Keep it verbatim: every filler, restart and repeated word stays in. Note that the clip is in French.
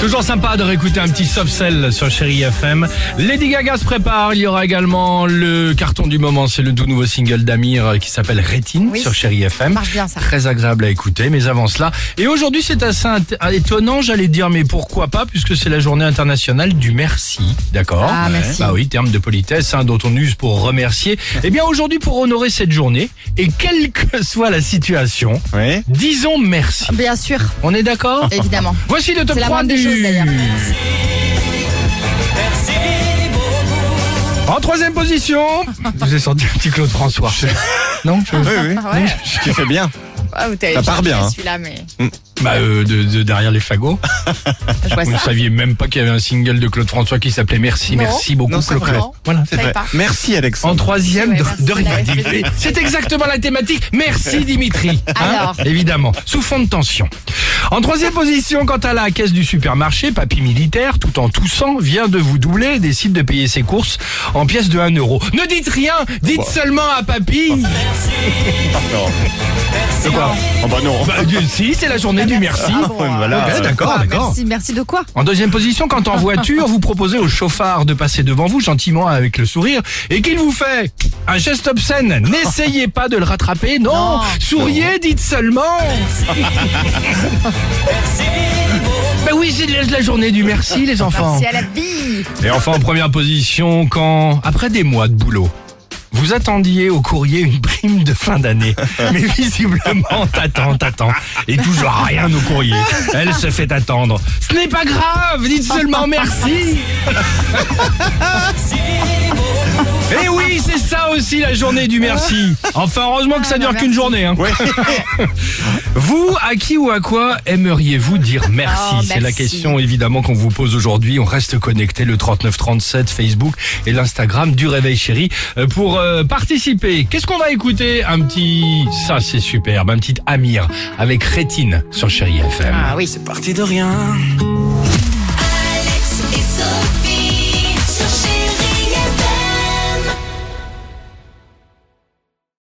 Toujours sympa de réécouter un petit soft cell sur Chérie F M. Lady Gaga se prépare. Il y aura également le carton du moment. C'est le tout nouveau single d'Amir qui s'appelle Rétine Oui. sur Chérie F M. Marche bien, ça. Très agréable à écouter. Mais avant cela. Et aujourd'hui, c'est assez int- étonnant, j'allais dire, mais pourquoi pas, puisque c'est la journée internationale du merci. D'accord? Ah, merci. Bah oui, terme de politesse hein, dont on use pour remercier. Eh bien, aujourd'hui, pour honorer cette journée, et quelle que soit la situation, Oui. disons merci. Bien sûr, On est d'accord? évidemment. Voici le top C'est la trois moindre des du... choses, d'ailleurs. En troisième position, je vous ai senti un petit Claude François. Non je... Oui, oui. Ah ouais. Tu fais bien. Ah, vous t'avez Ça part cherché bien, hein. celui-là, mais Bah, euh, de, de derrière les fagots. je vois Vous ne ça. saviez même pas qu'il y avait un single de Claude François qui s'appelait Merci, Non. merci beaucoup Non, c'est Claude. vrai. Voilà, c'est Je savais vrai. pas. Merci En Alexandre. troisième, Ouais, de, merci, de rien. la Dimitri. vérité. C'est exactement la thématique. Merci Dimitri. Hein, Alors. évidemment, sous fond de tension. En troisième position, quant à la caisse du supermarché, papy militaire, tout en toussant, vient de vous doubler et décide de payer ses courses en pièces de un euro. Ne dites rien, dites Quoi seulement à papy. Non. De quoi? Oh bah non. Bah, Dieu, si, c'est la journée du merci. Ah bon, Ouais, voilà. Ok, euh, d'accord, Ah, d'accord. merci, merci de quoi? En deuxième position, quand en voiture, vous proposez au chauffard de passer devant vous gentiment avec le sourire et qu'il vous fait un geste obscène. N'essayez pas de le rattraper, non, Non. souriez, dites seulement. Ben oui, c'est la la journée du merci, les enfants. Merci à la vie. Et enfin, en première position, quand, après des mois de boulot, vous attendiez au courrier une prime de fin d'année. Mais visiblement, t'attends, t'attends. Et toujours rien au courrier. Elle se fait attendre. Ce n'est pas grave, dites seulement merci. Et oui, c'est ça aussi la journée du merci. Enfin, heureusement que ça Ah, dure bah, qu'une merci. journée. Hein. Ouais. Vous, à qui ou à quoi aimeriez-vous dire merci? Oh, C'est la merci. question évidemment qu'on vous pose aujourd'hui. On reste connecté le trente-neuf trente-sept Facebook et l'Instagram du Réveil Chéri euh, pour euh, participer. Qu'est-ce qu'on va écouter? Un petit... Ça c'est superbe, un petit Amir avec Rétine sur Chéri F M. Ah oui. C'est parti de rien,